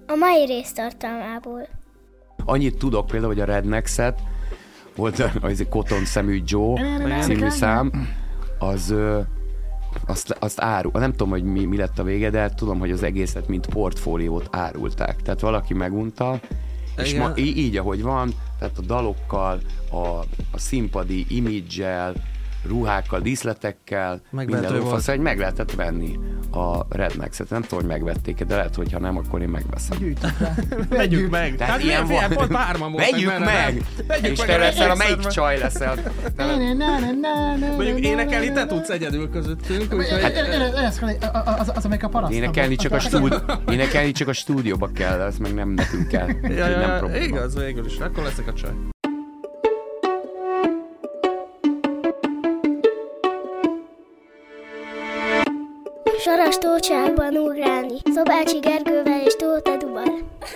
A mai rész tartalmából. Annyit tudok például, hogy a Rednexet volt az Cotton szemű Joe című szám, azt árul. Nem tudom, hogy mi lett a vége, de tudom, hogy az egészet, mint portfóliót árulták. Tehát valaki megunta, és ma így, ahogy van, tehát a dalokkal, a színpadi imidzsel, ruhákkal, díszletekkel, minden fasz, hogy meg lehetett venni a Rednexet. Nem tudom, hogy megvették, de lehet, hogy ha nem, akkor én megveszem. Vegyük meg! Tehát ilyen van. Pont bárman voltak. Vegyük meg! És te leszel, a melyik csaj leszel? Mondjuk énekelni te tudsz egyedül közöttünk, úgyhogy... Az, amelyik a paraszt. Énekelni csak a stúdióba kell, ez meg nem nekünk kell. Nem probléma. Igaz, végül is. Akkor leszek a csaj. Saras tócsákban ugrálni, Szobácsi Gergővel és Tóth Eduval.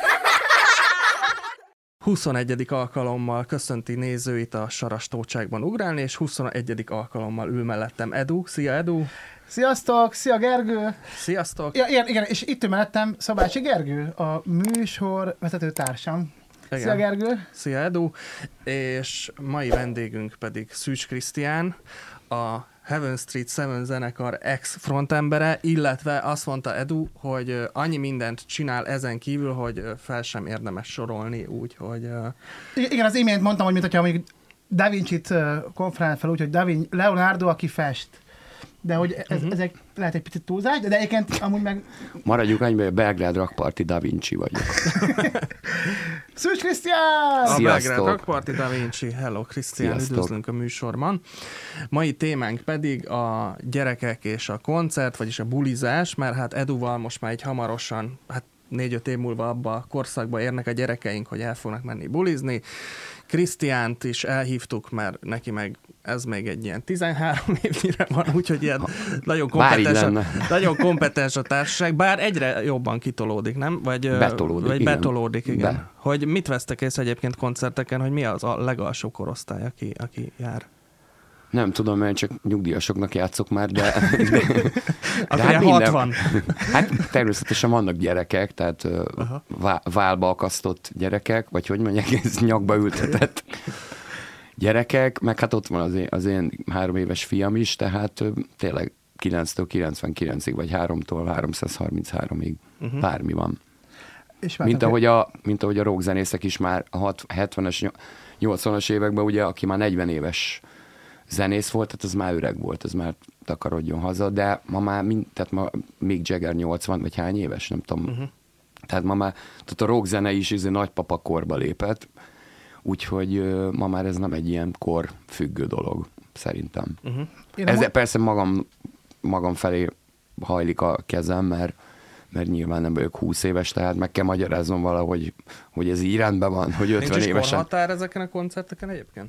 21. alkalommal köszönti nézőit a Saras tócsákban ugrálni, és 21. alkalommal ül mellettem Edu. Szia, Edu! Sziasztok! Szia, Gergő! Sziasztok! Ja, igen, és itt ül mellettem Szobácsi Gergő, a műsor vezetőtársam. Igen. Szia, Gergő! Szia, Edu! És mai vendégünk pedig Szűcs Krisztián, a Heaven Street 7 zenekar ex-frontembere, illetve azt mondta Edu, hogy annyi mindent csinál ezen kívül, hogy fel sem érdemes sorolni, úgyhogy... Igen, az imént mondtam, hogy mintha mondjuk Da Vinci-t konferál fel úgy, hogy Leonardo, aki fest. De hogy ezek lehet egy picit túlzás, de egyébként amúgy meg... Maradjuk annyiban, hogy a Belgrád Rakparti Da Vinci vagyok. Szűcs Krisztián! A Belgrád Rakparti Da Vinci. Hello, Krisztián, üdvözlünk a műsorban. Mai témánk pedig a gyerekek és a koncert, vagyis a bulizás, mert hát Eduval most már egy hamarosan, 4-5 év múlva abba a korszakba érnek a gyerekeink, hogy el fognak menni bulizni. Krisztiánt is elhívtuk, mert neki meg ez még egy ilyen 13 évnyire van, úgyhogy ilyen nagyon kompetens a társaság, bár egyre jobban kitolódik, nem? Vagy betolódik, igen. Hogy mit vesztek észre egyébként koncerteken, hogy mi az a legalsó korosztály, aki jár? Nem tudom, mert csak nyugdíjasoknak játszok már, de hát 60. Hát természetesen vannak gyerekek, tehát válba akasztott gyerekek, vagy hogy mondják, ez nyakba ültetett gyerekek, meg hát ott van az én 3 éves fiam is, tehát tényleg 9-től 99-ig, vagy 3-tól 333-ig bármi van. És mint ahogy a rockzenészek is már a 70-es, 80-as években, ugye, aki már 40 éves zenész volt, tehát az már öreg volt, az már takarodjon haza, de ma már, tehát ma Mick Jagger 80, vagy hány éves, nem tudom. Tehát ma már, tehát a rockzene is nagypapa korba lépett, úgyhogy ma már ez nem egy ilyen kor függő dolog, szerintem. Ezzel persze magam felé hajlik a kezem, mert nyilván nem vagyok 20 éves, tehát meg kell magyaráznom valahogy, hogy ez így rendben van, hogy 50 évesen. Nincs is korhatár ezeken a koncerteken egyébként?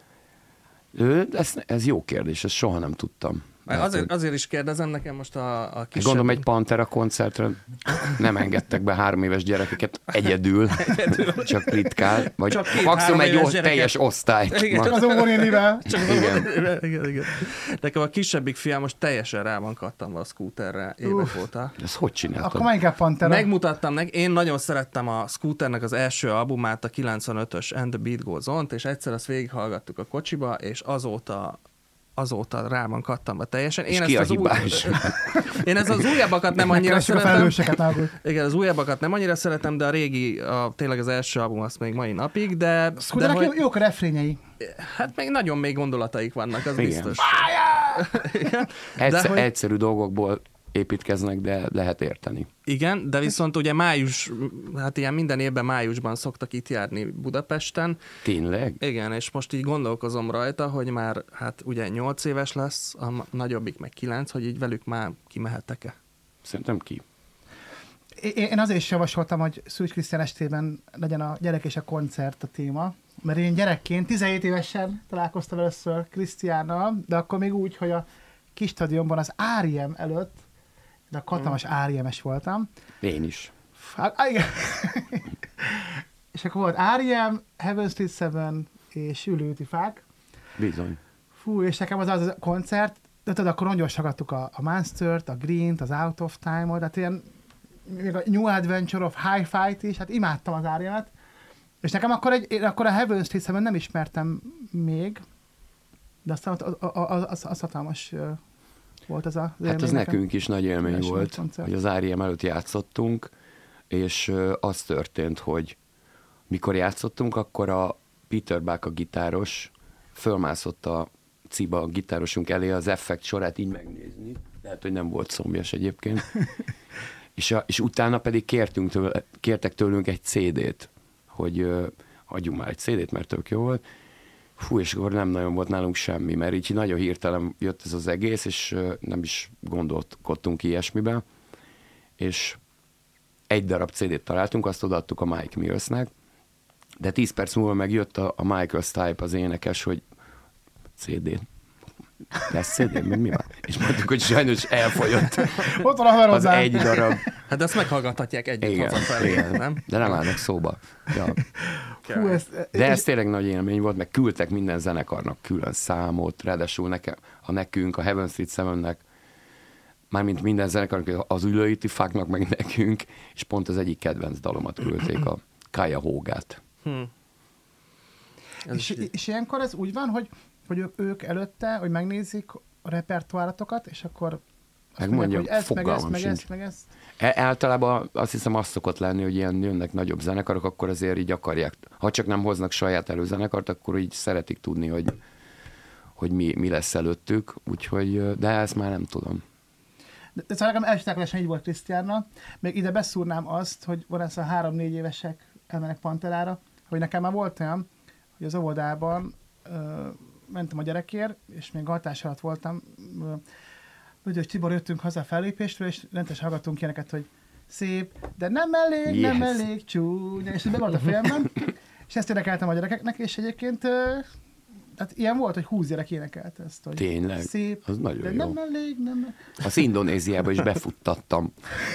Ez jó kérdés, ezt soha nem tudtam. Azért is kérdezem, nekem most a kisebb... Gondolom, egy Pantera koncertre nem engedtek be 3 éves gyerekeket egyedül. Csak ritkán, vagy maximum egy teljes osztályt. Csak az óvonénivel. Igen. Nekem a kisebbik fiam most teljesen rá van kattanva a Scooterre évek óta. Ez hogy csináltad? Akkor már inkább Pantera. Megmutattam neki, én nagyon szerettem a Scooternek az első albumát, a 95-ös And the Beat Goes On-t, és egyszer azt végighallgattuk a kocsiba, és azóta rá van kattanva teljesen. És ki a hibás? Én az újabbakat nem annyira szeretem. Igen, az újabbakat nem annyira szeretem, de a régi, tényleg az első album azt még mai napig, de... Scooternek jók a refrényei. Hát még nagyon még gondolataik vannak, az igen. Biztos. Egyszerű dolgokból építkeznek, de lehet érteni. Igen, de viszont ugye hát ilyen minden évben májusban szoktak itt járni Budapesten. Tényleg? Igen, és most így gondolkozom rajta, hogy már hát ugye 8 éves lesz, a nagyobbik meg 9, hogy így velük már kimehettek-e? Szerintem ki. Én azért is javasoltam, hogy Szűcs Krisztián estében legyen a gyerek és a koncert a téma, mert én gyerekként 17 évesen találkoztam először Krisztiánnal, de akkor még úgy, hogy a kis stadionban az R.E.M. előtt, de a katalmas R.E.M.-es voltam. Én is. Hát, igen. És akkor volt R.E.M., Heaven Street 7 és Ülőti Fák. Bizony. Fú, és nekem az a koncert, de tudod, akkor nagyon sagadtuk a Monstert, a Greent, az Out of Time-ot, tehát ilyen még a New Adventure of Hi-Fi-t is, hát imádtam az R.E.M-et. És nekem akkor a Heaven Street Seven nem ismertem még, de aztán az hatalmas volt ez a hát ez nekünk is nagy élmény volt, hogy az R.E.M előtt játszottunk, és az történt, hogy mikor játszottunk, akkor a Peter Buck, a gitáros, fölmászott a ciba a gitárosunk elé az effekt sorát így megnézni. Lehet, hogy nem volt szombjas egyébként. és utána pedig kértek tőlünk egy CD-t, hogy adjunk már egy CD-t, mert tök jó volt. Fú, és akkor nem nagyon volt nálunk semmi, mert így nagyon hirtelen jött ez az egész, és nem is gondolkodtunk ilyesmiben. És egy darab CD-t találtunk, azt odaadtuk a Mike Millsnek, de 10 perc múlva megjött a Michael Stipe, az énekes, hogy CD-t. Lesz CD? Mi van? És mondtuk, hogy sajnos elfogyott ott van az egy darab. Hát ezt meghallgathatják együtt hazafelé, nem? De nem állnak szóba. Ja. Hú, De ez tényleg nagy élmény volt, meg küldtek minden zenekarnak külön számot, ráadásul nekünk, a Heaven Street Sevennek, mármint minden zenekarnak, az Ülőiti Fáknak, meg nekünk, és pont az egyik kedvenc dalomat küldték, a Cuyahoga-t. És ilyenkor ez úgy van, hogy ők előtte, hogy megnézik a repertoáratokat, és akkor megmondja, hogy ezt, meg ezt. Általában azt hiszem azt szokott lenni, hogy ilyen jönnek nagyobb zenekarok, akkor azért így akarják, ha csak nem hoznak saját előzenekart, akkor így szeretik tudni, hogy mi lesz előttük, úgyhogy, de ezt már nem tudom. De szóval nekem elsőtáklásán így volt Krisztiánnal. Még ide beszúrnám azt, hogy van ez a 3-4 évesek elmenek Panterára, hogy nekem már volt olyan, hogy az óvodában mentem a gyerekért, és még hatás alatt voltam. Úgyhogy Tibor jöttünk haza a fellépéstől, és rendesen hallgattunk ilyeneket, hogy szép, de nem elég csúnya, és be volt a filmben, és ezt énekeltem a gyerekeknek, és egyébként tehát ilyen volt, hogy 20 gyerek énekelt ezt, hogy tényleg, szép, az nagyon de jó. nem elég. Az Indonéziába is befuttattam.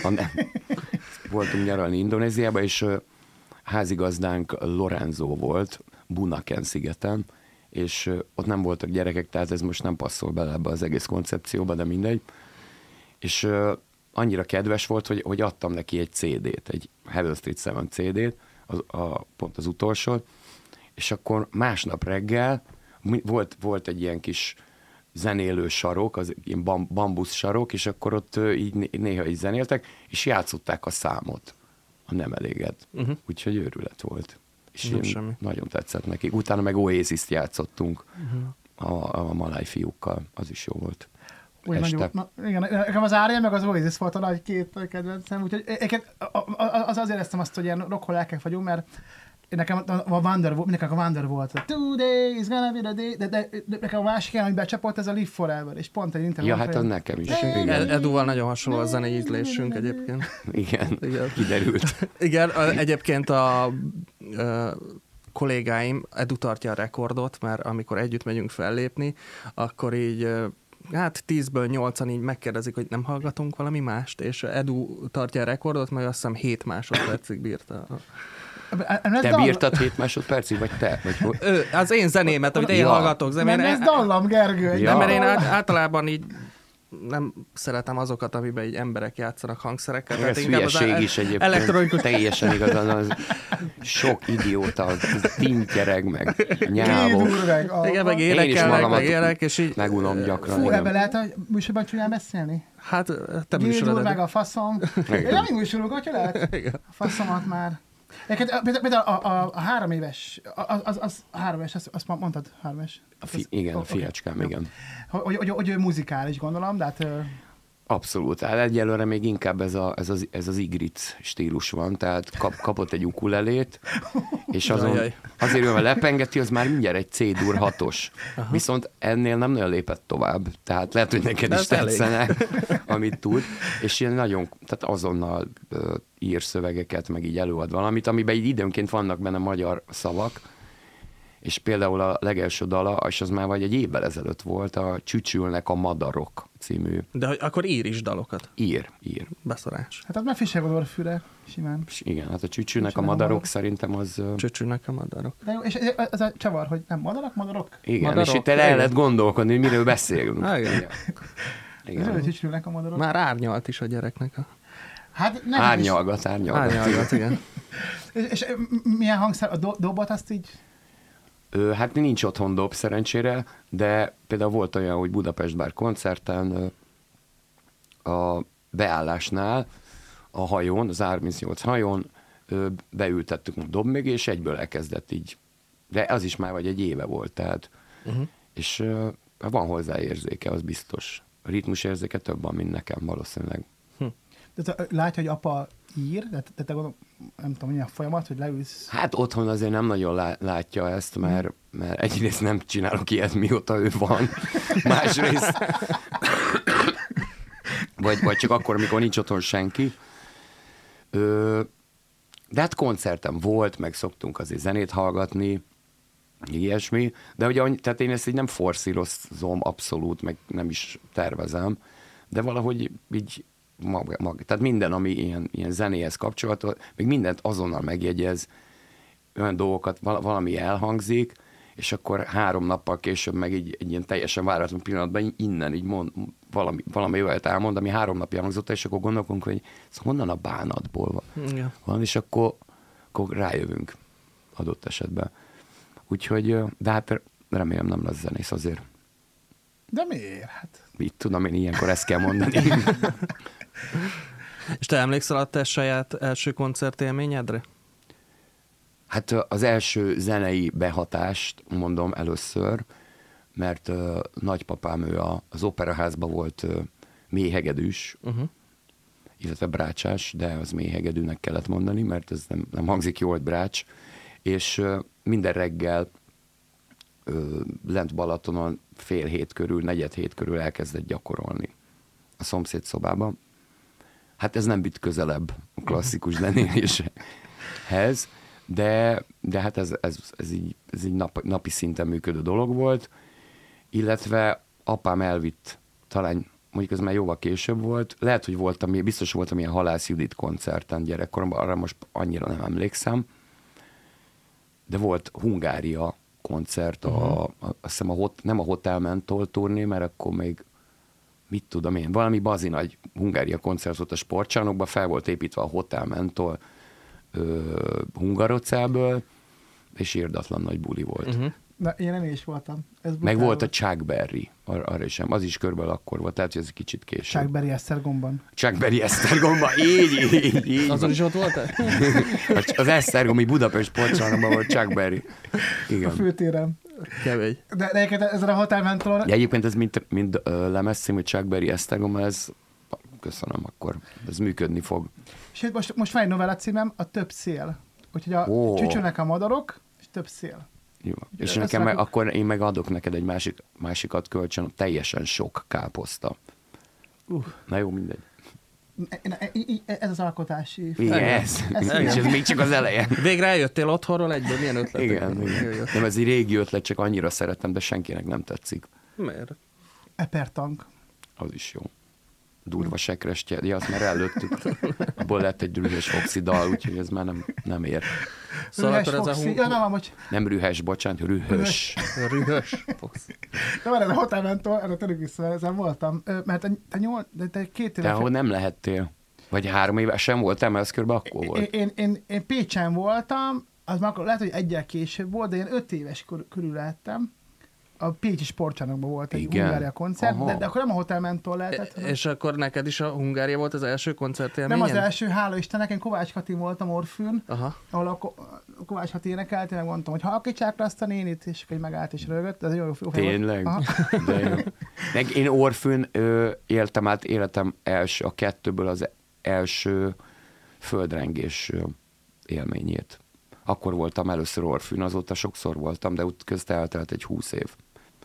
Voltunk nyaralni Indonéziába, és házigazdánk Lorenzo volt, Bunaken szigeten, és ott nem voltak gyerekek, tehát ez most nem passzol bele ebbe az egész koncepcióba, de mindegy. És annyira kedves volt, hogy adtam neki egy CD-t, egy Heaven Street Seven CD-t, pont az utolsó, és akkor másnap reggel volt egy ilyen kis zenélő sarok, az ilyen bambusz sarok, és akkor ott így néha így zenéltek, és játszották a számot, a nem eléget. Úgyhogy őrület volt. És nagyon tetszett nekik. Utána meg Oasis-t játszottunk a maláj fiúkkal. Az is jó volt. Igen, nekem az R.E.M meg az Oasis volt a nagy két kedvencem, úgyhogy azért éreztem azt, hogy ilyen rockhold lelkek vagyunk, mert nekem a Wonder volt. Today is gonna be the day, de nekem a másik ilyen, hogy becsapott, ez a Live Forever, és pont egy interjú. Ja, hát az nekem is. Eduval nagyon hasonló a zenei ízlésünk egyébként. Igen, kiderült. Igen, egyébként a kollégáim, Edu tartja a rekordot, mert amikor együtt megyünk fellépni, akkor így hát 10-ből 8-an így megkérdezik, hogy nem hallgatunk valami mást, és Edu tartja a rekordot, mert azt hiszem 7 másodpercig bírta. Te bírtad 7 másodpercig, vagy te? Vagy az én zenémet, amit én hallgatok. Nem, ez dallam, Gergő. Ja. Mert én általában így nem szeretem azokat, amiben így emberek játszanak hangszerekkel. Ez hülyeség is egyébként. Elektronikus... Teljesen igazán az sok idióta, tintyereg, meg nyávok. Igen, meg énekelnek, meg élek, és így... Megunom gyakran. Fú, ebbe lehet a műsorban csúnyán beszélni? Hát, te műsorod. Meg a faszom. Nem így műsorunk, hogyha lehet? A faszomat már. Például a 3 éves, az 3 éves, azt mondtad, 3 éves? Igen, a fiacskám, igen. Hogy ő muzikális, gondolom, de hát... Abszolút. Hát egyelőre még inkább ez az igric stílus van, tehát kapott egy ukulelét, és azon azért, hogy lepengeti, az már mindjárt egy C-dur 6-os. Viszont ennél nem nagyon lépett tovább, tehát lehet, hogy neked is tetszene, amit tud, és ilyen nagyon, tehát azonnal ír szövegeket, meg így előad valamit, amiben így időnként vannak benne magyar szavak, és például a legelső dala, és az már vagy egy évvel ezelőtt volt, a Csücsülnek a madarok című. De akkor ír is dalokat? Ír. Beszarás. Hát az már Fischer füre, simán. Igen, hát a Csücsülnek a madarok szerintem az... Csücsülnek a madarok. De jó, és ez a csavar, hogy nem madarok? Igen, madarok, és itt el lehet gondolkodni, hogy miről beszélünk. Igen. Igen. Csücsülnek a madarok. Már árnyalt is a gyereknek a... Hát árnyalgat, igen. És milyen hangszer, a dobot azt így? Hát nincs otthon dob szerencsére, de például volt olyan, hogy Budapest Bár koncerten a beállásnál a hajón, az 38 hajón beültettük a dob mögé, és egyből elkezdett így. De az is már vagy egy éve volt, tehát. És van hozzá érzéke, az biztos. A ritmus érzéke több van, mint nekem valószínűleg. De látja, hogy apa ír, de te nem tudom, milyen folyamat, hogy leülsz. Hát otthon azért nem nagyon látja ezt, mert egyrészt nem csinálok ilyet, mióta ő van. Másrészt vagy csak akkor, amikor nincs otthon senki. De hát koncertem volt, meg szoktunk azért zenét hallgatni, ilyesmi, de ugye, tehát én ezt így nem forszírozom abszolút, meg nem is tervezem, de valahogy így tehát minden, ami ilyen zenéhez kapcsolatos, még mindent azonnal megjegyez, olyan dolgokat, valami elhangzik, és akkor 3 nappal később meg így egy ilyen teljesen váratlan pillanatban innen így valami olyat elmond, ami 3 napja hangzott, és akkor gondolkodunk, hogy ez honnan a bánatból van, és akkor rájövünk adott esetben. Úgyhogy, de hát remélem nem lesz zenész azért. De miért? Hát. Mit tudom én, ilyenkor ezt kell mondani. És te emlékszel a te saját első koncertélményedre? Hát az első zenei behatást mondom először, mert nagypapám ő az operaházban volt méhegedűs, illetve brácsás, de az méhegedűnek kellett mondani, mert ez nem hangzik jól, hogy brács, és minden reggel lent Balatonon 6:30 körül, 4:45 körül elkezdett gyakorolni a szomszéd szobában. Hát ez nem vitt közelebb a klasszikus zenéléshez, de hát ez így napi szinten működő dolog volt, illetve apám elvitt, talán mondjuk ez már jóval később volt, lehet, hogy biztos voltam ilyen Halász Judit koncerten gyerekkoromban, arra most annyira nem emlékszem, de volt Hungária koncert, azt hiszem nem a Hotel Mentol turné, mert akkor még mit tudom én, valami bazi nagy Hungária koncert volt a sportcsarnokban, fel volt építve a Hotel Mentol Hungarocelből, és irdatlan nagy buli volt. Na, én nem is voltam. Meg volt a Chuck Berry, arra is sem. Az is körülbelül akkor volt, tehát ez egy kicsit később. Chuck Berry Esztergomban. Chuck Berry Esztergomban, így. Azon is ott voltál? Az Esztergomi Budapest sportcsarnokban volt Chuck Berry. Igen. A főtéren. Kemény. De egyébként ezen a Hotel Mentolon... Ja, egyébként ez mind lemezcím, hogy Chuck Berry Esztergomban, ez köszönöm, akkor ez működni fog. És most van egy novella címem, a Több szél. Úgyhogy csücsülnek a madarok, és több szél. Jó. És nekem akkor én meg adok neked egy másikat kölcsön, teljesen sok káposzta. Na jó, mindegy. Ez az alkotási... Igen, ez még csak az eleje. Végre eljöttél otthonról egyből, milyen ötlet? Igen. Nem, ez egy régi ötlet, csak annyira szeretem, de senkinek nem tetszik. Miért? Epertank. Az is jó. Durva sekrestje, de azt már előttük. Abból lett egy Rühes Foxy dal, úgyhogy ez már nem ér. Szóval akkor ez nem Rühes, bocsánat, Rühös. Rühös Foxy. De van ez a Hotel Mentol, erre török vissza, ezen voltam. Mert te 2 éve... De ahol nem lehettél? Vagy 3 éve sem voltál, mert ez körben akkor volt. Én Pécsen voltam, az már lehet, hogy egyel később volt, de én 5 éves körül lettem. A Pécsi sportcsarnokban volt egy Hungária koncert, de akkor nem a Hotel Mentol lehetett. És akkor neked is a Hungária volt az első koncertélményed? Nem az első, hála Istennek, én Kovács Katin voltam Orfűn, ahol a Kovács Kati énekelt, én megmondtam, hogy halkítsák le azt a nénit, és akkor megállt és rögött. Ez jó tényleg? De jó. Én Orfűn éltem át életem a 2-ből az első földrengés élményét. Akkor voltam először Orfűn, azóta sokszor voltam, de ott közt eltelt egy 20 év.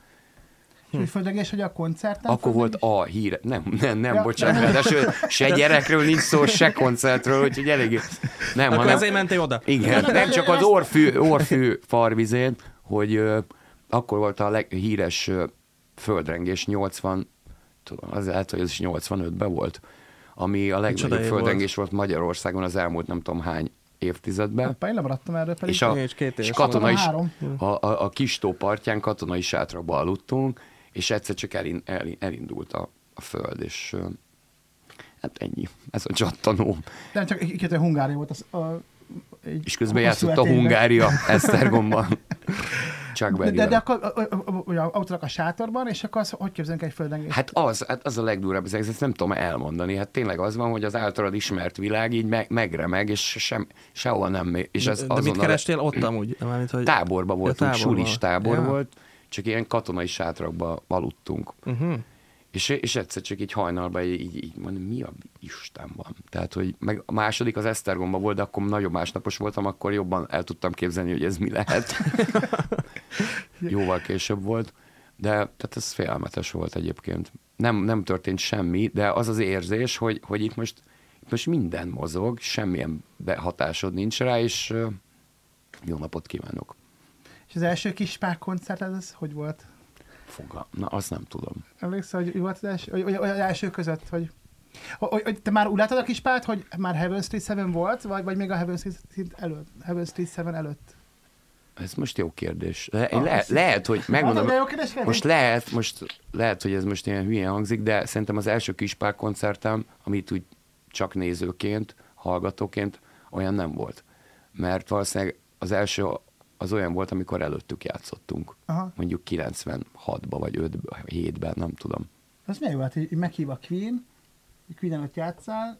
És földrengés, hogy a koncerten? Akkor volt a híre. Nem, bocsánat, de se gyerekről nincs szó, se koncertről, úgyhogy eléggé. Nem, akkor ezért mentél oda? Igen, nem csak az Orfű farvizén, hogy akkor volt a leghíres földrengés 80, tudom, az lehet, hogy ez is 85-ben volt, ami a legnagyobb földrengés volt Magyarországon az elmúlt nem tudom hány évtizedben. Én lemaradtam erről pedig. És katona is, a Kis-tó partján katonai sátrakba aludtunk, és egyszer csak elindult a föld, és Hát ennyi. Ez a csattanó. Nem csak egy Hungária volt az és közben játszott a Hungária Esztergomban. Csak de akkor autónak a sátorban, és akkor hogy képzelünk egy földrengést? Hát az a legdurvább, ezt nem tudom elmondani. Hát tényleg az van, hogy az általad ismert világ így megremeg, és sehol nem mér. De mit kerestél ott amúgy? Hogy... Táborban voltunk, sulis tábor volt, csak ilyen katonai sátrakba aludtunk. És egyszer csak így hajnalban így mondom, mi a Isten van? Tehát, hogy meg a második az Esztergomban volt, de akkor nagyobb másnapos voltam, akkor jobban el tudtam képzelni, hogy ez mi lehet. Jóval később volt, de tehát ez félelmetes volt egyébként. Nem történt semmi, de az az érzés, hogy itt most minden mozog, semmilyen behatásod nincs rá, és jó napot kívánok. És az első Kispák koncert, ez hogy volt? Na, azt nem tudom. Emlékszel, hogy volt az első között, hogy te már úgy látod a Kispát, hogy már Heaven Street 7 volt, vagy még a Heaven Street 7 előtt? Ez most jó kérdés. Lehet, hogy megmondom, most lehet, hogy ez most ilyen hülyén hangzik, de szerintem az első Kispák koncertem, amit úgy csak nézőként, hallgatóként, olyan nem volt. Mert valószínűleg az első az olyan volt, amikor előttük játszottunk. Aha. Mondjuk 96-ba, vagy 7-ben, nem tudom. Az milyen jó, hát így meghív a Queen, Queen-en ott játszál,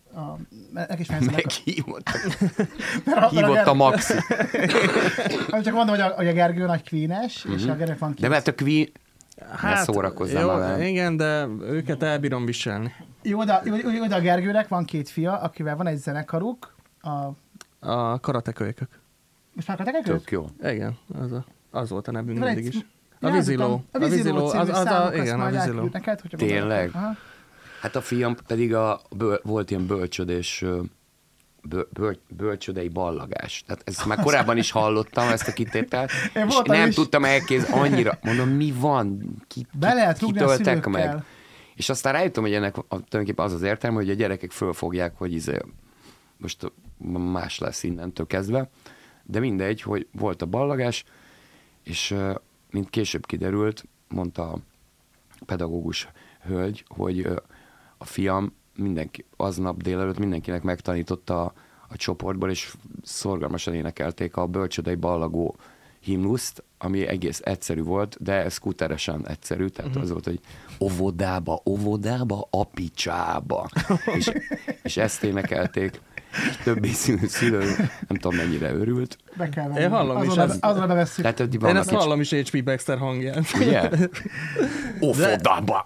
meghívott. Hívott a Maxi. Csak mondom, hogy a Gergő nagy Queen-es, és a Gergő van de mert a Queen... Hát, szórakozzam. Igen, de őket elbírom viselni. Jó, de a Gergőnek van 2 fia, akivel van egy zenekaruk. A Karatekölykök. Most már Karatekölykök? Tök jó. Igen, az volt a nevünk mindig is. A Viziló. A Viziló. Igen, a Viziló. Tényleg? Hát a fiam pedig volt ilyen bölcsödés, bölcsödei ballagás. Tehát ezt már korábban is hallottam, ezt a kitételt, és nem tudtam elképzelni, annyira, mondom, mi van? Kitöltek meg? És aztán rájöttem, hogy ennek tulajdonképpen az értelme, hogy a gyerekek fölfogják, hogy most más lesz innentől kezdve, de mindegy, hogy volt a ballagás, és mint később kiderült, mondta a pedagógus hölgy, hogy a fiam aznap délelőtt mindenkinek megtanította a csoportból, és szorgalmasan énekelték a bölcsödei ballagó himnuszt, ami egész egyszerű volt, de szkúteresen egyszerű, tehát az volt, hogy óvodába, apicsába. és ezt énekelték. Többi szülő, nem tudom mennyire örült. Be kell venni. Én hallom is. Azra bevesszük. Én ezt hallom is H.P. Baxter hangján. Ugye? Óvodába.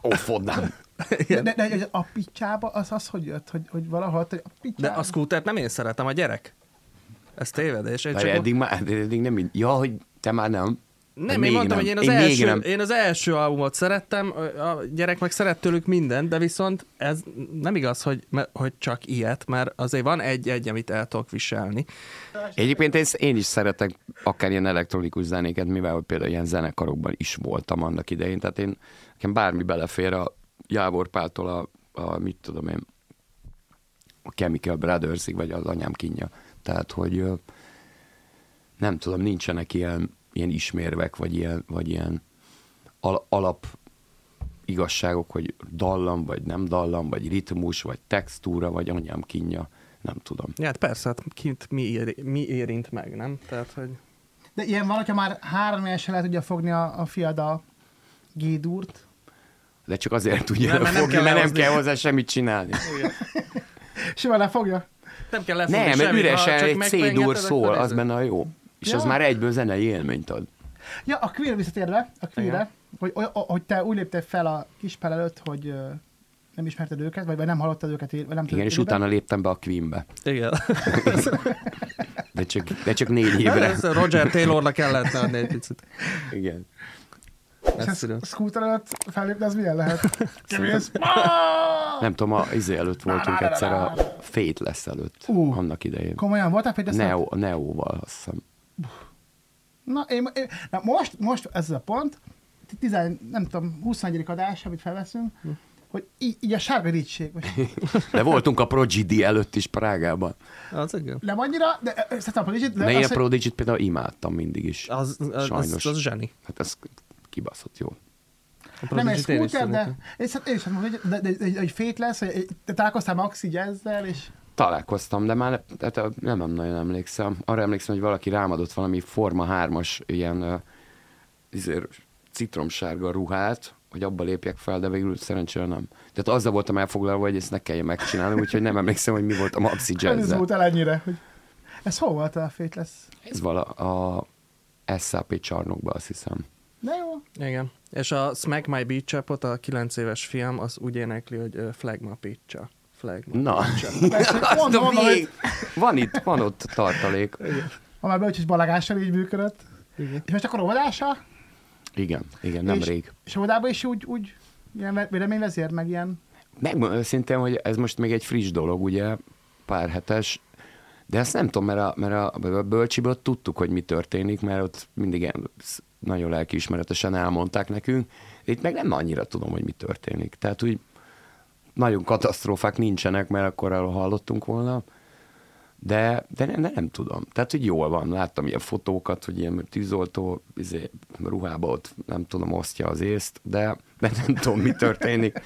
De az apicsába az hogy jött? Hogy valahol, hogy apicsába? De a scootert nem én szeretem, a gyerek. Ez tévedés. Eddig nem. Ja, hogy te már nem. Nem, én mondtam, hogy én az első albumot szerettem, a gyerek meg szeret tőlük mindent, de viszont ez nem igaz, hogy csak ilyet, mert azért van egy, amit el tudok viselni. Egyébként én is szeretek akár ilyen elektronikus zenéket, mivel például ilyen zenekarokban is voltam annak idején, tehát nekem bármi belefér a Jávor Páltól a mit tudom én, a Chemical Brothersig, vagy az Anyám kínja. Tehát, hogy nem tudom, nincsenek ilyen ismérvek, vagy ilyen alap igazságok, hogy dallam, vagy nem dallam, vagy ritmus, vagy textúra, vagy Anyám kínja, nem tudom. Ja, hát persze, hát kint mi érint meg, nem? Tehát, hogy... De ilyen van, hogyha már 3 évesen le tudja fogni a fiad a G-dúrt. De csak azért tudja fogni, mert nem kell hozzá semmit csinálni. Simán lefogja? Nem kell lefogni semmit. Nem, mert üresen egy C-dur szól, az benne a jó. És az már egyből zenei élményt ad. Ja, a Queen visszatérve, hogy te úgy léptél fel a Kispál előtt, hogy nem ismerted őket, vagy nem hallottad őket. Vagy nem igen, és utána léptem be a Queenbe. Igen. de csak 4 évre. Roger Taylornak kellett adni egy picit. Igen. És a scooter előtt fellépni, az milyen lehet? Nem tudom, előtt voltunk egyszer a Fate lesz előtt, annak idején. Komolyan voltál Fate lesz előtt? A Neo-val, azt hiszem. Na, most ez a pont, nem tudom, 21. adás, amit felveszünk, hogy így a sárga dítség. De voltunk a Prodigy előtt is Prágában. Az igen. Nem annyira, de szerintem a Prodigy... De én a Prodigy-t például imádtam mindig is. Az zseni. Hát ez kibaszott jó. Nem egy scooter, de én is mondom, hogy egy fét lesz, hogy te találkoztál Maxi Jazzzel, és... Találkoztam, de már nem nagyon emlékszem. Arra emlékszem, hogy valaki rám adott valami Forma 3-as ilyen citromsárga ruhát, hogy abba lépjek fel, de végül szerencsére nem. Tehát azzal voltam elfoglalva, hogy ezt ne kelljen megcsinálni, úgyhogy nem emlékszem, hogy mi volt a Maxi Jazz-zel. Ez volt el ennyire, hogy... Ez hol volt a fét lesz? Ez a SAP csarnokban, azt hiszem. De jó. Igen. És a Smack My Beat Chapot, a 9 éves fiam, az úgy énekli, hogy Flagma Picsa. Na, van ott tartalék. Ha már Bölcsis Balagással így működött. Igen. És most akkor óvodása? Igen, nemrég. És óvodában is úgy ilyen véleményvezér, meg ilyen... Megmondom őszintén, hogy ez most még egy friss dolog, ugye, pár hetes, de ezt nem tudom, mert a Bölcsiből tudtuk, hogy mi történik, mert ott mindig nagyon lelkiismeretesen elmondták nekünk. Itt meg nem annyira tudom, hogy mi történik. Tehát úgy nagyon katasztrófák nincsenek, mert akkor arról hallottunk volna, de nem tudom. Tehát, hogy jól van. Láttam ilyen fotókat, hogy ilyen tűzoltó ruhába ott, nem tudom, osztja az észt, de nem tudom, mi történik.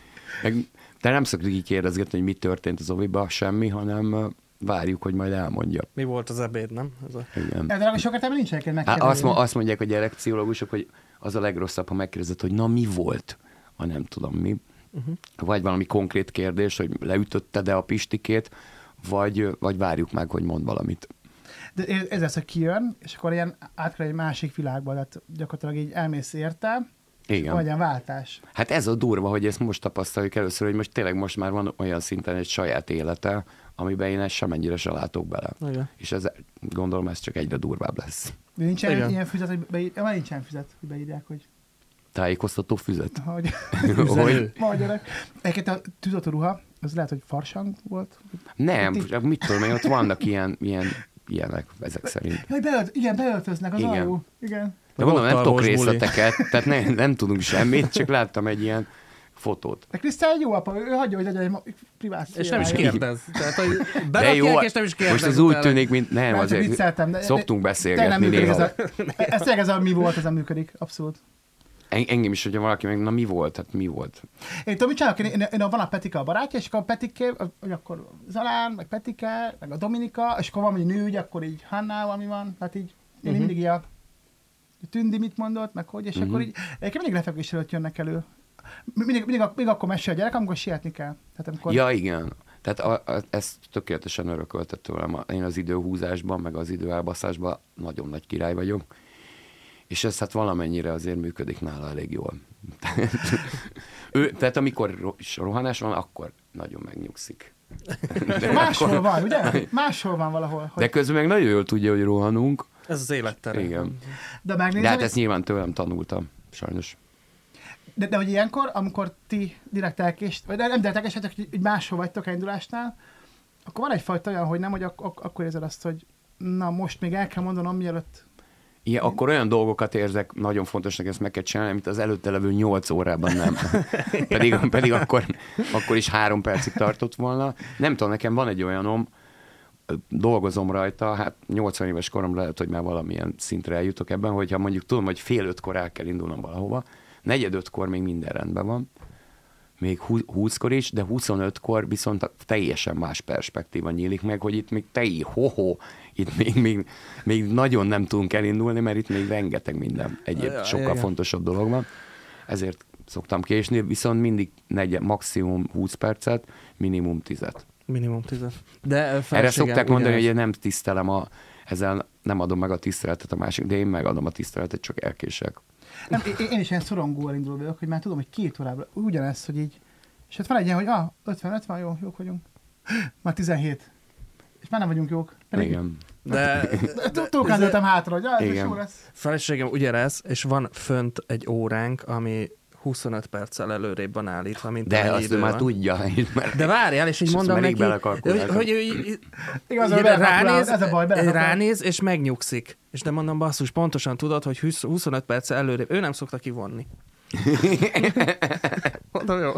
De nem szoktuk így kérdezgetni, hogy mi történt az oviba, semmi, hanem várjuk, hogy majd elmondja. Mi volt az ebéd, nem? Igen. De a sokat ebben nincsenek megkérdezni. Azt mondják a gyerekpszichológusok, hogy az a legrosszabb, ha megkérdezed, hogy na mi volt, ha nem tudom mi. Vagy valami konkrét kérdés, hogy leütötted-e a Pistikét, vagy várjuk meg, hogy mond valamit. De ez lesz, hogy kijön, és akkor ilyen átkerül egy másik világba, tehát gyakorlatilag így elmész érte, igen. Vagy ilyen váltás. Hát ez a durva, hogy ezt most tapasztaljuk először, hogy most tényleg most már van olyan szinten egy saját élete, amiben én ezt semennyire se látok bele. Igen. És ez, gondolom, ez csak egyre durvább lesz. De nincsen ilyen füzet, hogy beírják, nincsen füzet, hogy beírják, hogy... Tájékoztató füzet? Hogy... Magyarok. Egyébként a tűzoltó ruha, az lehet, hogy farsang volt? Nem, mit tudom én, ott vannak ilyenek ezek szerint. Jaj, beöltöznek, az jó. Igen. De mondom, nem tudok részleteket, tehát nem tudunk semmit, csak láttam egy ilyen fotót. De Krisztián egy jó apa, ő hagyja, hogy legyen egy privát szél. És nem is kérdez. Tehát, hogy és nem is kérdez. Most ez úgy tűnik, mint nem, azért szoktunk beszélgetni néha. Ez tényleg ez a mi volt, ez nem működik, abszolút. Engem is, hogyha valaki meg, na mi volt? Hát mi volt? Én tudom, mit csinálok? Én van a Petika a barátja, és akkor a Petiké, hogy akkor Zalán, meg Petike, meg a Dominika, és akkor van egy nő, akkor így Hannával, ami van, tehát így én mindig ilyen Tündi mit mondott, meg hogy, és akkor így, egyébként mindig lefekvés előtt jönnek elő. Mindig akkor mesél a gyerek, amikor sietni kell. Tehát amikor... Ja, igen. Tehát ezt tökéletesen örököltett tőlem. Én az időhúzásban, meg az időelbaszásban nagyon nagy király vagyok. És ez hát valamennyire azért működik nála elég jól. Tehát amikor rohanás van, akkor nagyon megnyugszik. Máshol van, ugye? Máshol van valahol. Hogy... De közben meg nagyon jól tudja, hogy rohanunk. Ez az élettere. Igen. De hát ezt nyilván tőlem tanultam, sajnos. De hogy ilyenkor, amikor ti direkt elkést, vagy nem direkt elkéstetek, hogy máshol vagytok elindulásnál, akkor van egyfajta olyan, hogy nem, hogy akkor érzed azt, hogy na most még el kell mondanom, mielőtt... Igen, akkor olyan dolgokat érzek, nagyon fontosnak ezt meg kell csinálni, amit az előtte levő 8 órában nem. pedig akkor is 3 percig tartott volna. Nem tudom, nekem van egy olyanom, dolgozom rajta, hát 80 éves koromra lehet, hogy már valamilyen szintre eljutok ebben, hogyha mondjuk tudom, hogy 4:30 el kell indulnom valahova, 4:45 még minden rendben van, még 20-kor is, de 25-kor viszont teljesen más perspektíva nyílik meg, hogy itt még itt még nagyon nem tudunk elindulni, mert itt még rengeteg minden egyéb sokkal fontosabb dolog van. Ezért szoktam késni, viszont mindig maximum 20 percet, minimum 10. Minimum 10. De erre szokták mondani, hogy nem tisztelem ezzel nem adom meg a tiszteletet a másik, de én megadom a tiszteletet, csak elkések. Nem, én is ilyen szorongóan induló vagyok, hogy már tudom, hogy 2 órában ugyanez, hogy így, és hát van egy ilyen, hogy 50, jók vagyunk. Már 17. És már nem vagyunk jók. Pedig igen. De túlkázoltam hátra, hogy ez jó lesz. Feleségem ugyanez, és van fönt egy óránk, ami 25 perccel előrébb van állítva, mint de azt ő már tudja. De várjál, és így mondom neki, hogy ránéz, és megnyugszik. És de mondom, basszus, pontosan tudod, hogy 25 perccel előrébb. Ő nem szokta kivonni. Mondom, jó.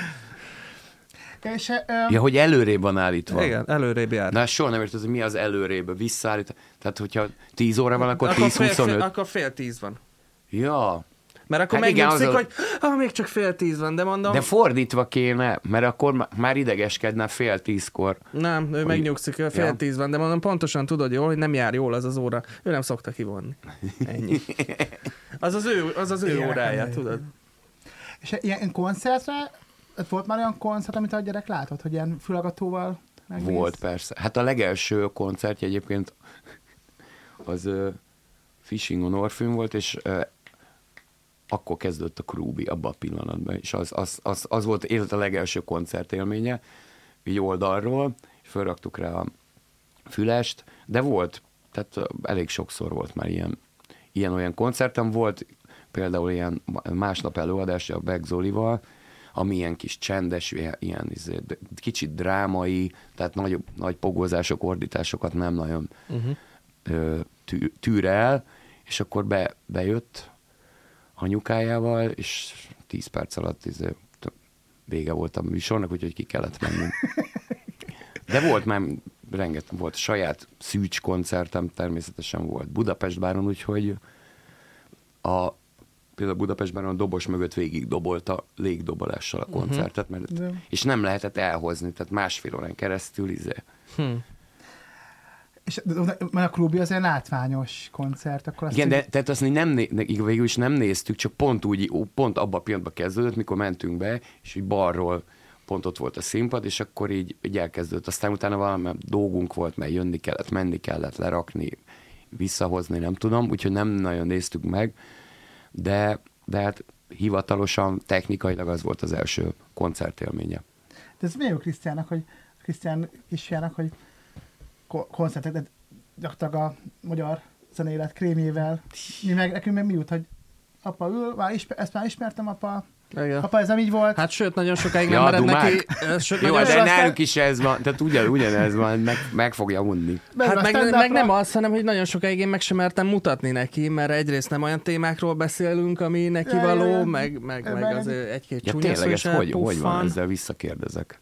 És, ja, hogy előrébb van állítva. Igen, előrébb jár. Na, soha nem érted, hogy mi az előrébb, visszaállít. Tehát, hogyha 10 óra van, akkor 10-25. Akkor fél 10 van. Ja. Mert akkor megnyugszik, hogy még csak 9:30 van, de mondom... De fordítva kéne, mert akkor már idegeskedne 9:30-kor. Nem, ő megnyugszik, 9:30 van, de mondom, pontosan tudod jól, hogy nem jár jól az óra. Ő nem szokta kivonni. Ennyi. Az az ő órája, tudod. És ilyen koncertre, volt már olyan koncert, amit a gyerek látott, hogy ilyen fülhallgatóval megnéz? Volt, persze. Hát a legelső koncertje egyébként az Fishing on Orpheum volt, és akkor kezdődött a Krúbi abban a pillanatban, és az volt élet a legelső koncertélménye, így oldalról, és felraktuk rá a fülest, de volt, tehát elég sokszor volt már ilyen-olyan koncertem, volt például ilyen másnap előadás a Beck Zolival, ami ilyen kis csendes, ilyen kicsit drámai, tehát nagy pogózások, ordításokat nem nagyon tűr el, és akkor bejött anyukájával, és 10 perc alatt vége volt a műsornak, úgyhogy ki kellett menni. De volt már rengeteg, volt saját Szűcs koncertem, természetesen volt Budapest báron, úgyhogy például Budapest báron a dobos mögött végig dobolta légdobolással a koncertet, és nem lehetett elhozni, tehát 1,5 órán keresztül És a Krúbi az egy látványos koncert, akkor azt... Igen, de tehát azt végül is nem néztük, csak pont abban a pillanatban kezdődött, mikor mentünk be, és így balról pont ott volt a színpad, és akkor így elkezdődött. Aztán utána valami dolgunk volt, mert jönni kellett, menni kellett, lerakni, visszahozni, nem tudom, úgyhogy nem nagyon néztük meg, de hát hivatalosan, technikailag az volt az első koncertélménye. De ez milyen jó Krisztián kisfiának, hogy koncertek, de gyakorlatilag a magyar zenélet krémjével. Nekünk meg mi jut, hogy apa ül, ezt már ismertem, apa. Igen. Apa, ez nem így volt. Hát sőt, nagyon sokáig nem mered neki. Jó, de nálunk is ez van, tehát ugyanez van, meg fogja unni. Hát meg nem az, hanem hogy nagyon sokáig én meg sem mertem mutatni neki, mert egyrészt nem olyan témákról beszélünk, ami neki való, meg az egy-két csúnya szó is elpuffan. Hogy van, ezzel visszakérdezek.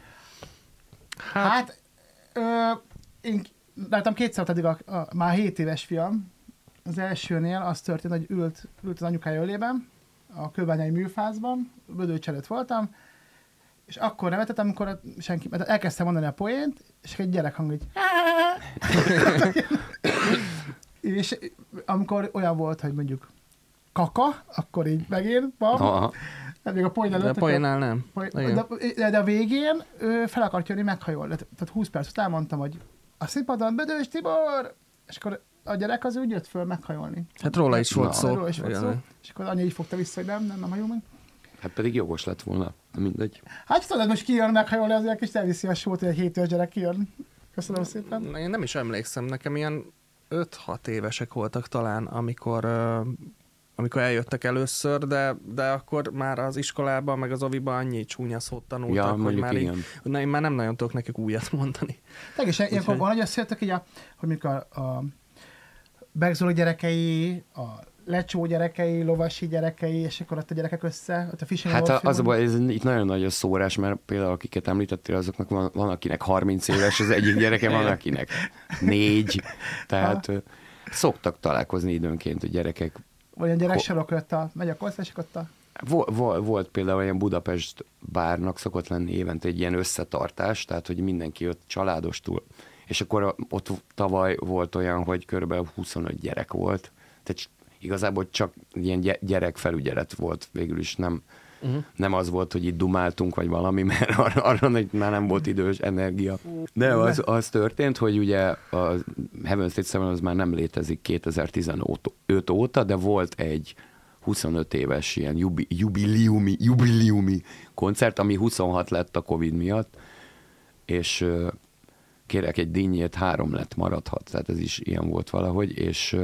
Hát én láttam 2 addig már 7 éves fiam. Az elsőnél az történt, hogy ült az anyukája ölében, a Kőbányai műfázban, Bödöcs előtt voltam, és akkor nevetettem, amikor mert elkezdtem mondani a poént, és egy gyerek hang így... és amikor olyan volt, hogy mondjuk kaka, akkor így megint van. Még a poén előtt. De a poénnál nem. De a végén ő fel akart jönni meghajolni. Tehát 20 perc után mondtam, hogy a színpadon Bödös Tibor! És akkor a gyerek az úgy jött föl meghajolni. Hát róla is volt szó. Róla is volt szó. És akkor anya így fogta vissza, hogy nem hajol meg. Hát pedig jogos lett volna, mindegy. Hát tudod, most kijön meghajolni, azért kis elviszi a sót, hogy egy 7 éves gyerek kijön. Köszönöm szépen. Én nem is emlékszem, nekem ilyen 5-6 évesek voltak talán, amikor eljöttek először, de akkor már az iskolában, meg az oviban annyi csúnya szót tanultak, hogy már én már nem nagyon tudok nekik újat mondani. Teljesen ilyenkor van, hogy azt jöttek így, hogy mikor a Beck Zoli gyerekei, a Lecsó gyerekei, Lovasi gyerekei, és akkor ott a gyerekek össze, ott a Fishing Hát az a baj, itt nagyon nagy a szórás, mert például akiket említettél, azoknak van akinek 30 éves az egyik gyereke, van akinek 4, tehát szoktak találkozni időnként a gyerekek. Vagy olyan gyerek sorok jött megy a koncert, és ott Volt például olyan Budapest bárnak szokott lenni évente egy ilyen összetartás, tehát hogy mindenki jött családostul. És akkor ott tavaly volt olyan, hogy körülbelül 25 gyerek volt. Tehát igazából csak ilyen gyerekfelügyelet volt végül is, nem az volt, hogy itt dumáltunk, vagy valami, mert arra már nem volt idős energia. De az történt, hogy ugye a Heaven State Seven az már nem létezik 2015 óta, de volt egy 25 éves ilyen jubileumi koncert, ami 26 lett a Covid miatt, és kérek egy dinnyét, 3 lett, maradhat, tehát ez is ilyen volt valahogy, és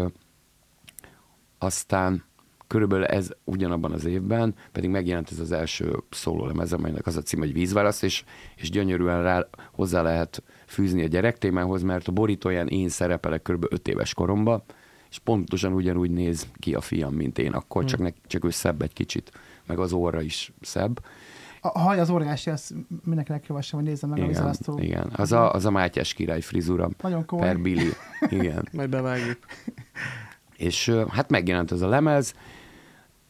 aztán körülbelül ez ugyanabban az évben, pedig megjelent ez az első szólólemez, amelynek az a cím, hogy Vízválasz, és gyönyörűen hozzá lehet fűzni a gyerektémához, mert a borítóján én szerepelek körülbelül 5 éves koromban, és pontosan ugyanúgy néz ki a fiam, mint én akkor, csak ő szebb egy kicsit, meg az orra is szebb. A haj az óriási, azt mindenkinek javaslom, hogy nézzem meg a vízválasztó. Igen, az a Mátyás király frizura. Nagyon komoly. Per Billy. Igen. Majd bevágjuk. És hát megjelent ez a lemez,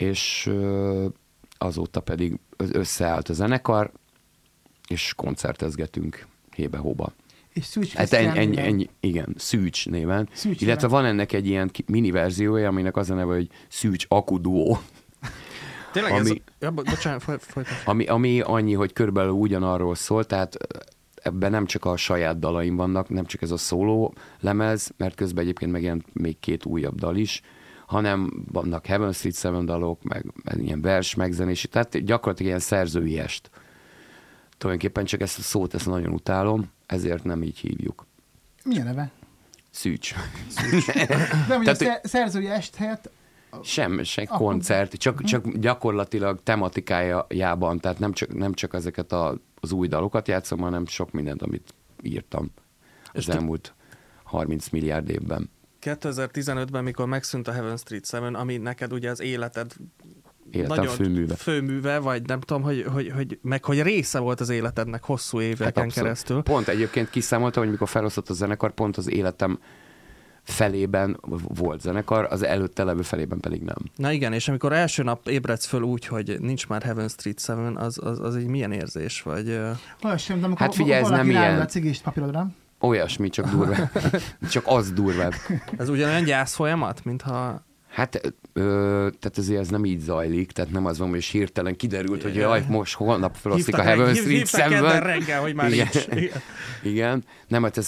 és azóta pedig összeállt a zenekar, és koncertezgetünk hébe-hóba. És Szűcs Hát ennyi, igen, Szűcs néven. Szűcs Illetve néven. van ennek egy ilyen mini verziója, aminek az a neve, hogy Szűcs Akuduó. Tényleg bocsánat, folytasd. Ami annyi, hogy körülbelül ugyanarról szól, tehát ebben nem csak a saját dalaim vannak, nem csak ez a szóló lemez, mert közben egyébként megjelent még 2 újabb dal is, hanem vannak Heaven Street 7 dalok, meg ilyen vers megzenési, tehát gyakorlatilag ilyen szerzői est. Tulajdonképpen csak ezt a szót, ezt nagyon utálom, ezért nem így hívjuk. Milyen neve? Szűcs. De ugye szerzői est helyett... Sem koncert, csak gyakorlatilag tematikájában, tehát nem csak ezeket az új dalokat játszom, hanem sok mindent, amit írtam az elmúlt 30 milliárd évben. 2015-ben, mikor megszűnt a Heaven Street 7, ami neked ugye az életed Életem főműve, vagy nem tudom, hogy része volt az életednek hosszú éveken keresztül. Pont egyébként kiszámoltam, hogy mikor felosztott a zenekar, pont az életem felében volt zenekar, az előtte levő felében pedig nem. Na igen, és amikor első nap ébredsz föl úgy, hogy nincs már Heaven Street 7, az egy milyen érzés? Vagy... Olyasmi, de amikor hát figyelj, ez nem ilyen... a cigist papírodra. Olyasmi, csak durvább. Csak az durvább. Ez ugyanolyan gyász folyamat, mintha... Hát, tehát azért ez nem így zajlik, tehát nem az van, hogy hirtelen kiderült, hogy jaj, most holnap felosztik a Heaven Street 7. Hívták reggel, hogy már nincs. Igen. Nem, hát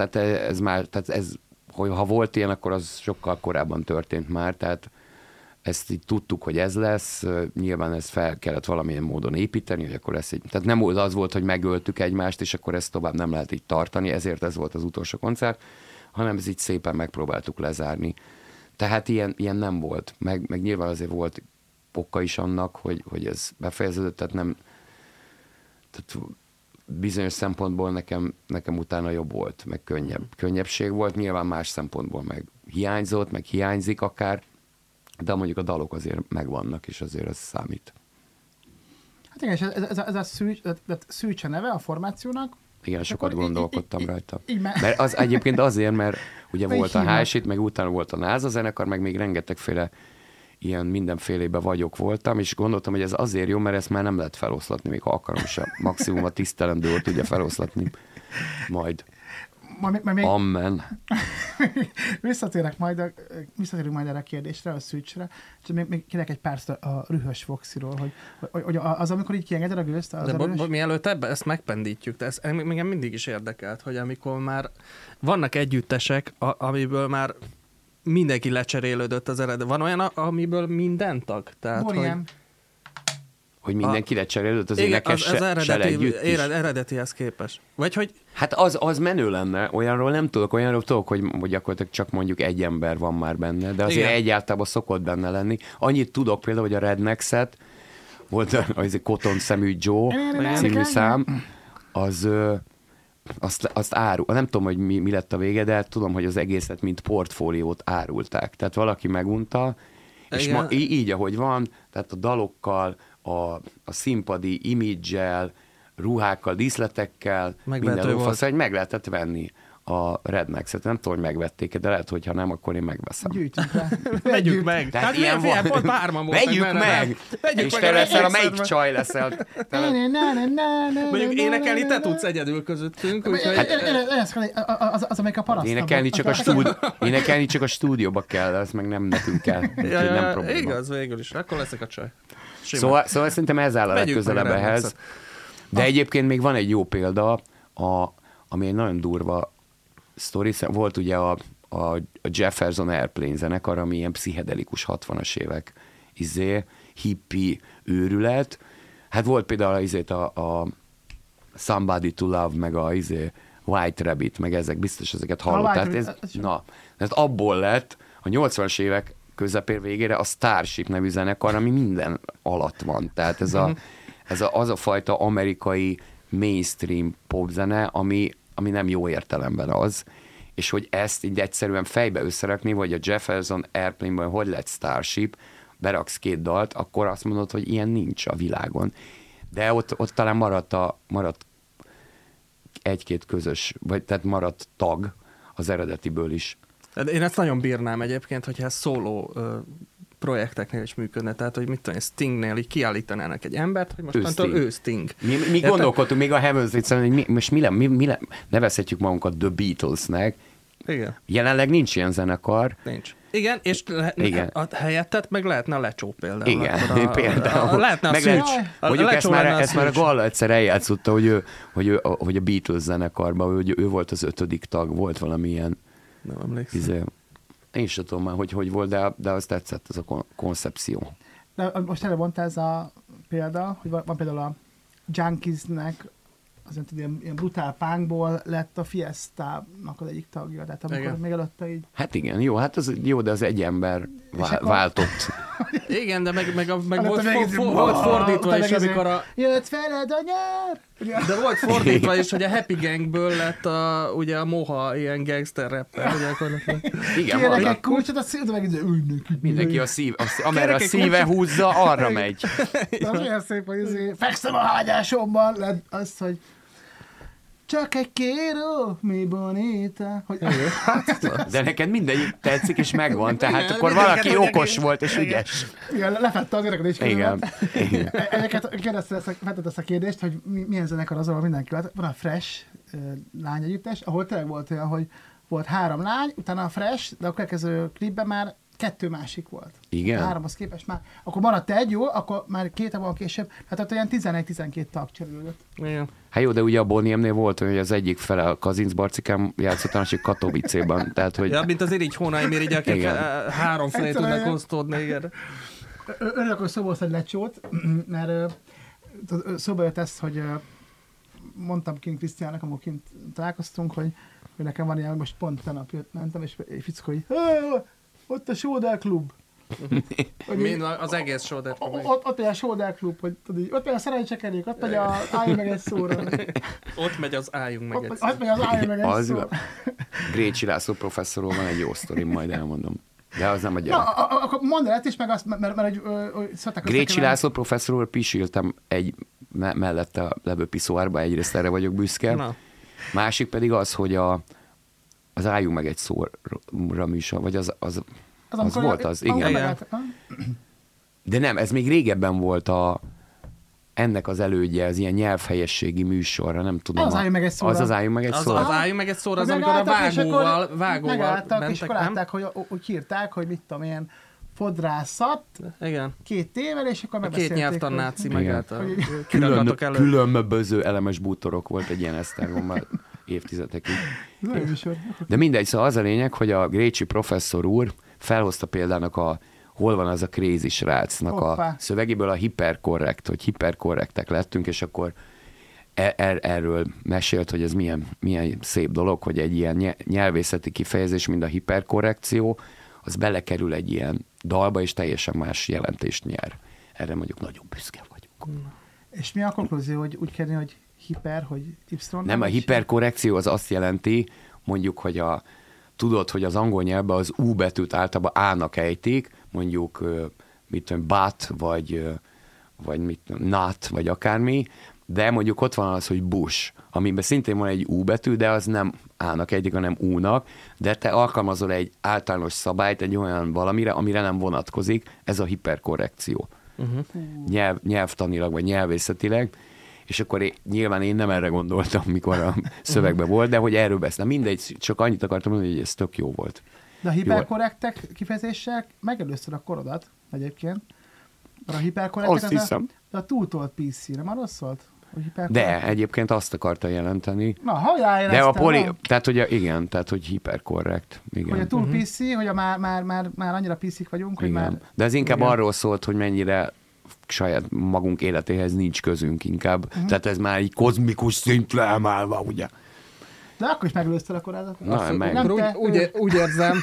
ez hogy ha volt ilyen, akkor az sokkal korábban történt már, tehát ezt így tudtuk, hogy ez lesz, nyilván ezt fel kellett valamilyen módon építeni, hogy akkor lesz egy... Tehát nem az volt, hogy megöltük egymást, és akkor ezt tovább nem lehet így tartani, ezért ez volt az utolsó koncert, hanem ez így szépen megpróbáltuk lezárni. Tehát ilyen nem volt. Meg nyilván azért volt oka is annak, hogy ez befejeződött, tehát nem... Tehát bizonyos szempontból nekem utána jobb volt, meg könnyebbség volt, nyilván más szempontból meg hiányzott, meg hiányzik akár, de mondjuk a dalok azért megvannak, és azért ez számít. Hát igen, és ez a Szűcs a neve a formációnak. Igen, sokat gondolkodtam rajta. Mert az egyébként azért, mert ugye volt a Hájsit, meg utána volt a NASA zenekar, meg még rengetegféle ilyen mindenfélébe voltam, és gondoltam, hogy ez azért jó, mert ezt már nem lehet feloszlatni, még ha akarom sem. Maximum a tisztelendő tudja feloszlatni. Majd. Amen. Visszatérünk majd erre a kérdésre, a Szűcsre, és még kérek egy pár a Rühös Foxiról, hogy az, amikor így kiengeded a gőzt, az de mielőtt ezt megpendítjük, de ez engem mindig is érdekelt, hogy amikor már vannak együttesek, amiből már mindenki lecserélődött az eredet. Van olyan, amiből minden tag? Tehát, hogy mindenki lecserélődött az énekes se együtt is. Eredetihez képest. Vagy hogy... Hát az menő lenne, olyanról tudok, hogy gyakorlatilag csak mondjuk egy ember van már benne, de azért egyáltalán szokott benne lenni. Annyit tudok például, hogy a Rednex-et volt az Cotton szemű Joe című szám, azt árul. Nem tudom, hogy mi lett a vége, de tudom, hogy az egészet, mint portfóliót árulták. Tehát valaki megunta, és így, ahogy van, tehát a dalokkal, a színpadi imidzsel, ruhákkal, díszletekkel, minden hogy meg lehetett venni a Rednex-et. Nem tudom, hogy megvették, de lehet, hogy ha nem, akkor én megveszem. Gyűjtünk le. Vegyük meg. Tehát ilyen van. Pont bárman voltak vegyük meg! És te leszel, a melyik csaj leszel? Mondjuk énekelni te tudsz egyedül közöttünk. Az, amelyik a parasztabb. Énekelni csak a stúdióba kell, ez meg nem nekünk kell. Nem probléma. Igaz, végül is. Akkor leszek a csaj. Szóval szerintem ez áll a legközelebb ehhez. De egyébként még van egy jó példa, ami egy nagyon durva sztori. Volt ugye a Jefferson Airplane zenekar, ami ilyen pszichedelikus 60-as évek hippie őrület. Hát volt például a Somebody to Love, meg a White Rabbit, meg ezek, biztos ezeket hallották. Tehát abból lett a 80-as évek közepén végére a Starship nevű zenekar, ami minden alatt van. Tehát az a fajta amerikai mainstream popzene, ami nem jó értelemben az, és hogy ezt így egyszerűen fejbe összerakni, vagy a Jefferson Airplane-ban hogy lett Starship, beraksz 2 dalt, akkor azt mondod, hogy ilyen nincs a világon. De ott talán maradt 1-2 közös, vagy tehát maradt tag az eredetiből is. Én ezt nagyon bírnám egyébként, hogyha ez szóló projekteknél is működne. Tehát, hogy mit tudom, Stingnél így kiállítanának egy embert, hogy mostantól ő Sting. Mi gondolkodtunk még a Heaven's Gate, hogy most mi nevezhetjük magunkat The Beatlesnek. Igen. Jelenleg nincs ilyen zenekar. Nincs. Igen, és a helyettet meg lehetne a Lecsó például. Igen, például. Lehetne a Szűcs. Mondjuk ezt már a Galla egyszer eljátszotta, hogy a Beatles zenekarban, hogy ő volt az 5. tag, volt valamilyen... Nem emlékszem. Én sem tudom már, hogy volt, de az tetszett, az a koncepció. De most erre mondta ez a példa, hogy van például a Junkiesnek, azért ilyen brutál punkból lett a Fiesta-nak az egyik tagja, tehát amikor még előtte így... Hát igen, jó, hát az jó, de az egy ember váltott. Igen, de meg volt fordítva is, amikor a... Jött feled a nyár! De volt fordítva is, hogy a Happy Gangből lett ugye a Moha ilyen gangster rapper, ugye akkor... Igen, kérek egy kulcsot, a szíved meg így mindenki amerre a szíve húzza, arra megy. De az olyan szép, hogy fekszem a hágyásomban, lett az, hogy csak egy kéró, mi bonita. De neked mindegyik tetszik, és megvan, tehát akkor valaki okos volt, és ügyes. Igen, lefette az éneked is. Igen. Egyébként feltett ezt a kérdést, hogy milyen zenekar az, ahol mindenki lát. Van a Fresh lányegyüttes, ahol tényleg volt olyan, hogy volt 3 lány, utána a Fresh, de a következő klipben már 2 másik volt. Igen. 3-hoz képest már. Akkor maradt egy, jó, akkor már 2 évvel később, hát ott olyan 11-12 tag cserélődött. Igen. Hát jó, de ugye a Bonniemnél volt, hogy az egyik fele a Kazinc Barcikán játszott, a másik Katowicében. Tehát, hogy... Ja, mint az Irigy Hónaimir, így akik 3 felé tudnak osztódni, igen. Örülök, hogy szóba egy Lecsót, mert szóba jött ezt, hogy mondtam King Krisztiánnak, amikor kint találkoztunk, hogy nekem van ilyen, most pont tenap mentem, és egy fickó, hogy ott a Sódel Klub. Az egész Sódel Klub. Ott egy a Sódel Klub, hogy ott megy a szerencsekerék, ott megy a álljunk meg egy szóra. Ott megy az álljunk meg egy szóra. Ott megy az álljunk meg egy szóra. Grécsi László professzorról van egy jó sztorim, majd elmondom. De az nem a gyerek. Na, akkor mondd el is meg azt, mert szokták... Grécsi László professzorról pisiltem egy mellette a levő piszoárba, egyrészt erre vagyok büszke. Na. Másik pedig az, hogy az álljunk meg egy szóra műsor, vagy az volt az, igen. De nem, ez még régebben volt ennek az elődje, az ilyen nyelvhelyességi műsorra, nem tudom. Az álljunk meg egy szóra. Az álljunk meg egy szóra. Az álljunk meg egy szóra, az amikor a vágóval megálltak, és akkor látták, hogy írták, hogy mit tudom, ilyen fodrászat, igen. 2 tével, és akkor megbeszélték. 2 nyelvtannáci megálltak. Különböző elemes bútorok volt egy ilyen Esztergomban évtizedekig. De mindegy, szóval az a lényeg, hogy a Grécsi professzor úr felhozta példának hol van az a crazy srácnak a szövegéből a hiperkorrekt, hogy hiperkorrektek lettünk, és akkor erről mesélt, hogy ez milyen szép dolog, hogy egy ilyen nyelvészeti kifejezés, mint a hiperkorrekció, az belekerül egy ilyen dalba, és teljesen más jelentést nyer. Erre mondjuk nagyon büszke vagyok. És mi a konklúzió, hogy úgy kérni, hogy hiper, hogy Y? Nem, a hiperkorrekció az azt jelenti, mondjuk, hogy tudod, hogy az angol nyelvben az U betűt általában A-nak ejtik, mondjuk mit tudom, but, vagy mit tudom, not, vagy akármi, de mondjuk ott van az, hogy Bush, amiben szintén van egy U betű, de az nem A-nak ejtik, hanem U-nak, de te alkalmazol egy általános szabályt egy olyan valamire, amire nem vonatkozik, ez a hiperkorrekció. Nyelvtanilag, vagy nyelvészetileg, és akkor nyilván én nem erre gondoltam, mikor a szövegben volt, de hogy erről beszélem. Mindegy, csak annyit akartam mondani, hogy ez tök jó volt. De a hiperkorrektek kifejezések megelőzted a korodat egyébként. A hiperkorrektek azt hiszem. A túltolt PC, nem arról szólt? De egyébként azt akarta jelenteni. Na, hajrá, de tehát, hogy igen, tehát, hogy hiperkorrekt. Igen. Hogy a túl PC, hogy már annyira PC-k vagyunk, hogy már... De ez inkább arról szólt, hogy mennyire saját magunk életéhez nincs közünk inkább. Tehát ez már egy kozmikus szintre emelve, ugye? De akkor is megelőzted a korádat? Úgy érzem.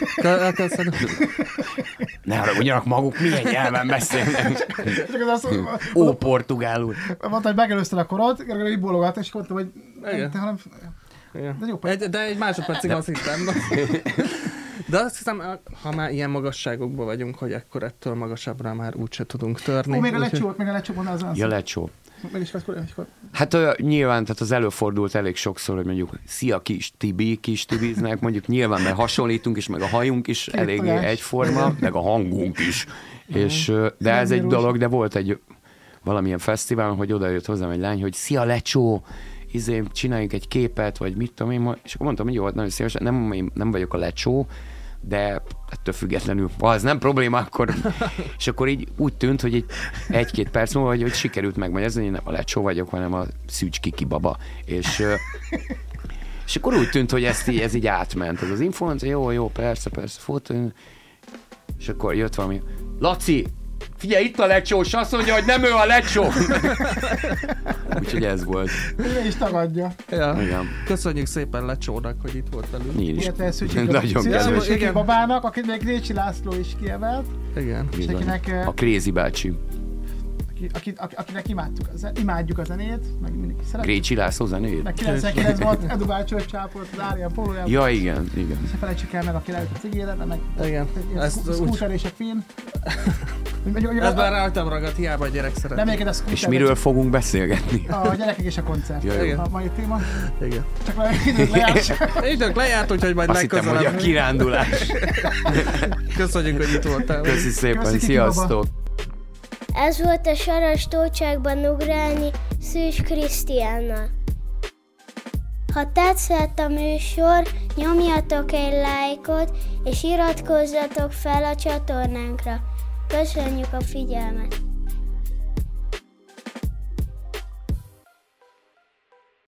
Ne haragudjanak maguk, milyen nyelven beszélnek. Ó, portugálul. Mondta, hogy megelőzted a korod, így bólogat, és mondtam, hogy... De egy másodpercig azt hittem. De azt hiszem, ha már ilyen magasságokban vagyunk, hogy akkor ettől magasabbra már úgyse tudunk törni. Még a lecsó van azon. Ja, lecsó. Hát nyilván, tehát az előfordult elég sokszor, hogy mondjuk szia kis Tibiznek, mondjuk nyilván, mert hasonlítunk is, meg a hajunk is eléggé egyforma, meg a hangunk is. És, de ez egy dolog, de volt egy valamilyen fesztiválon, hogy oda jött hozzám egy lány, hogy szia lecsó, csináljunk egy képet, vagy mit tudom én, és akkor mondtam, hogy jó, nagyon szívesen, nem vagyok a lecsó, de ettől függetlenül, az nem probléma, akkor, és akkor így úgy tűnt, hogy egy-két perc múlva, hogy sikerült megmagyarázni, hogy én nem a lecsó vagyok, hanem a Szűcs Kiki baba, és akkor úgy tűnt, hogy ez így átment, ez az info, jó, persze, fotó, és akkor jött valami, Laci, figyelj, itt a lecsó, és azt mondja, hogy nem ő a lecsó. Úgyhogy ez volt. Ő is tagadja. Ja. Köszönjük szépen Lecsónak, hogy itt volt velünk. Mi is. Nagyon kedves. Igen, babának, akit még Récsi László is kiemelt. Igen. És akinek, a Crazy bácsi. Akinek imádjuk a zenét, meg mindenki szeret. Récsi László zenét? Meg 99 volt Edu bácsi csápolt az Árián pólójában. Ja, igen. És ne felejtsük el meg, aki leült a cigére, de meg igen. Scooter és a Finn. Ez már rajtam ragadt, hiába a gyerek szeret. És miről fogunk beszélgetni? A gyerekek és a koncert. Ja, a mai téma. Igen. Csak időnk lejárt. Időnk lejárt, úgyhogy majd legközelebb. Azt hittem, hogy a kirándulás. Köszönjük, hogy itt voltál. Köszi szépen, sziasztok! Ez volt a Saras tócsákban ugrálni Szűcs Krisztiánnal. Ha tetszett a műsor, nyomjatok egy lájkot, és iratkozzatok fel a csatornánkra. Köszönjük a figyelmet!